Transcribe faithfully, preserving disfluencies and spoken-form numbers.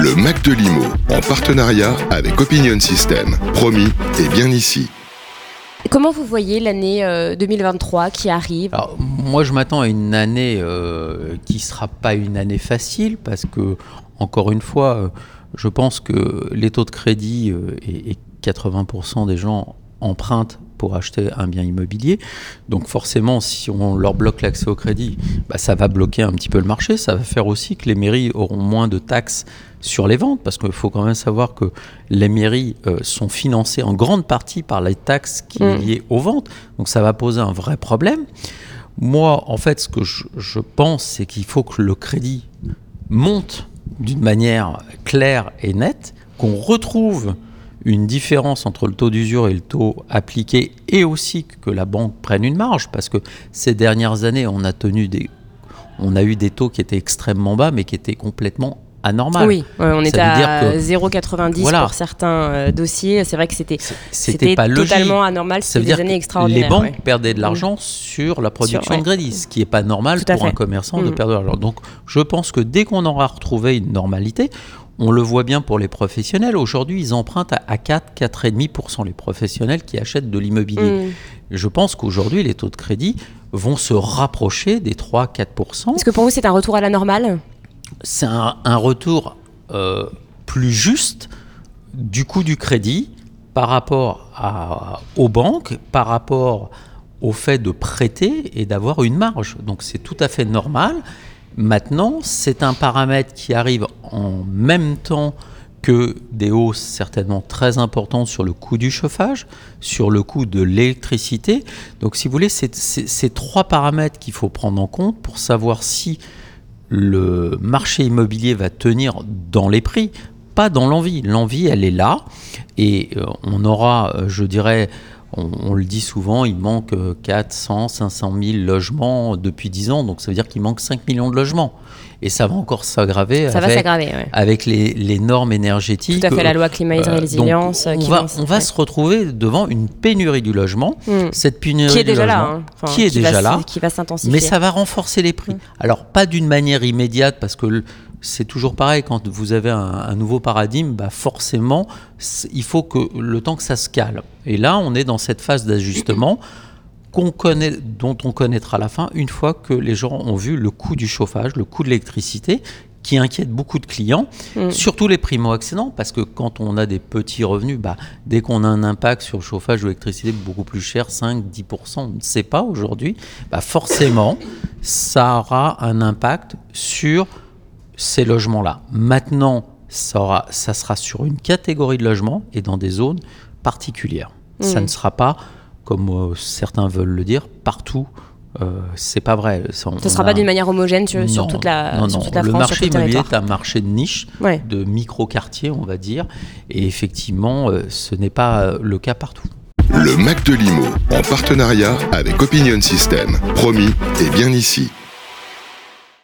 Le Mac de l'I M O, en partenariat avec Opinion System. Promis, et bien ici. Comment vous voyez l'année euh, deux mille vingt-trois qui arrive ? Alors, moi, je m'attends à une année euh, qui ne sera pas une année facile parce que, encore une fois, euh, je pense que les taux de crédit euh, et, et quatre-vingts pour cent des gens empruntent pour acheter un bien immobilier. Donc forcément, si on leur bloque l'accès au crédit, bah, ça va bloquer un petit peu le marché. Ça va faire aussi que les mairies auront moins de taxes sur les ventes, parce qu'il faut quand même savoir que les mairies euh, sont financées en grande partie par les taxes qui sont liées aux ventes. Donc ça va poser un vrai problème. Moi, en fait, ce que je, je pense, c'est qu'il faut que le crédit monte d'une manière claire et nette, qu'on retrouve une différence entre le taux d'usure et le taux appliqué, et aussi que la banque prenne une marge, parce que ces dernières années, on a, tenu des, on a eu des taux qui étaient extrêmement bas, mais qui étaient complètement anormal. Oui, ouais, on était à zéro virgule quatre-vingt-dix voilà. pour certains euh, dossiers. C'est vrai que c'était, c'était, c'était pas totalement logique. Anormal. C'était des années extraordinaires. Les banques ouais. perdaient de l'argent mmh. sur la production sur, ouais. de crédit, ce qui n'est pas normal pour un commerçant mmh. de perdre de l'argent. Donc, je pense que dès qu'on aura retrouvé une normalité, on le voit bien pour les professionnels. Aujourd'hui, ils empruntent à, à quatre, quatre virgule cinq pour cent les professionnels qui achètent de l'immobilier. Mmh. Je pense qu'aujourd'hui, les taux de crédit vont se rapprocher des trois à quatre pour cent. Est-ce que pour vous, c'est un retour à la normale ? C'est un, un retour euh, plus juste du coût du crédit par rapport à, aux banques, par rapport au fait de prêter et d'avoir une marge. Donc c'est tout à fait normal. Maintenant, c'est un paramètre qui arrive en même temps que des hausses certainement très importantes sur le coût du chauffage, sur le coût de l'électricité. Donc si vous voulez, c'est, c'est, c'est trois paramètres qu'il faut prendre en compte pour savoir si le marché immobilier va tenir dans les prix, pas dans l'envie. L'envie, elle est là, et euh, on aura, euh, je dirais, on, on le dit souvent, il manque euh, quatre cents, cinq cent mille logements depuis dix ans, donc ça veut dire qu'il manque cinq millions de logements. Et ça va encore s'aggraver, ça avec, va s'aggraver ouais. avec les, les normes énergétiques. Tout à fait, la loi climat et résilience. Euh, on qui va, vont, on va se retrouver devant une pénurie du logement. Mmh. Cette pénurie qui est du déjà logement, là, hein. enfin, qui est qui déjà va, là, qui va s'intensifier. Mais ça va renforcer les prix. Mmh. Alors, pas d'une manière immédiate, parce que c'est toujours pareil, quand vous avez un, un nouveau paradigme, bah forcément, il faut que le temps que ça se cale. Et là, on est dans cette phase d'ajustement qu'on connaît, dont on connaîtra la fin une fois que les gens ont vu le coût du chauffage, le coût de l'électricité, qui inquiète beaucoup de clients, mmh. surtout les primo-accédants, parce que quand on a des petits revenus, bah, dès qu'on a un impact sur le chauffage ou l'électricité beaucoup plus cher, cinq à dix pour cent, on ne sait pas aujourd'hui, bah forcément, ça aura un impact sur ces logements-là. Maintenant, ça, aura, ça sera sur une catégorie de logements et dans des zones particulières. Mmh. Ça ne sera pas, comme euh, certains veulent le dire, partout. Euh, c'est pas vrai. Ça ne sera a... pas d'une manière homogène sur, non, sur toute la, non, sur non. toute la le France, marché sur tout le immobilier territoire. est un marché de niche, ouais. de micro-quartier, on va dire. Et effectivement, euh, ce n'est pas le cas partout. Le Mac de l'I M O, en partenariat avec Opinion System. Promis, et bien ici.